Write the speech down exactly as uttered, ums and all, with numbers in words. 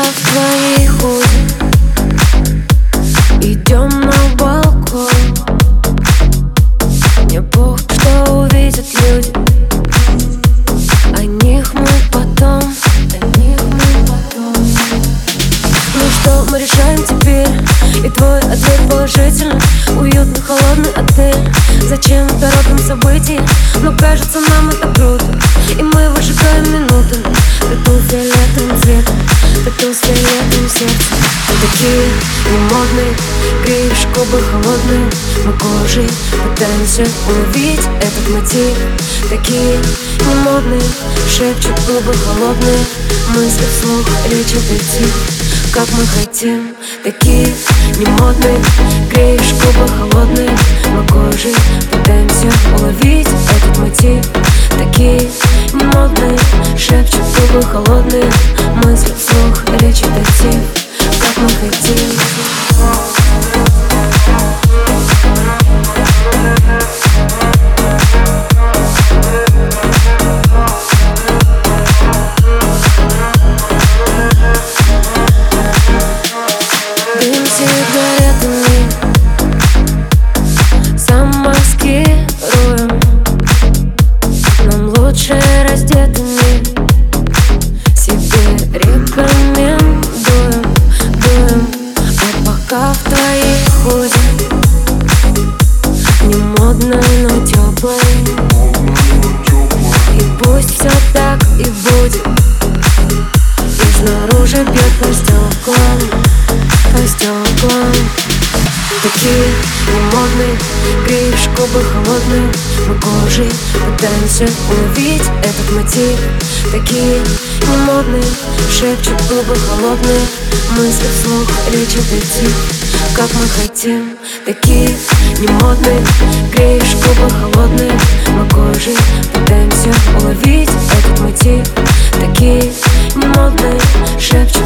в твоей худи, идем на балкон. Мне пох, что увидят люди, о них мы потом, о них мы потом. Ну что мы решаем теперь? И твой ответ положительный. Уютный холодный отель. Зачем торопим события? Но кажется, нам это круто, и мы выжигаем минутами. Тату фиолетовым цветом, тату с фиолетовым сердцем. Такие немодные, греешь губы холодные. Мы кожей пытаемся уловить этот мотив. Такие немодные, шепчут губы холодные. Мысли вслух, речь детектив, как мы хотим. Такие немодные, греешь губы холодные. Мы кожей пытаемся уловить этот мотив. Такие немодные, шепчут губы холодные. Мысли вслух, речь детектив, как мы хотим. Дым сигаретами, замаскируем. Нам лучше раздетыми себе рекомендуем, дуем. А пока в твоей худи, не модной, но теплой. И пусть все так и будет. И снаружи бьет по стеклам, по стеклам. Такие немодные, греешь губы холодные. Мы кожей пытаемся уловить этот мотив. Такие немодные, шепчут губы холодные. Мысли вслух, речь детектив, как мы хотим. Такие немодные, греешь губы холодные. Мы кожей пытаемся уловить этот мотив. Такие немодные, шепчут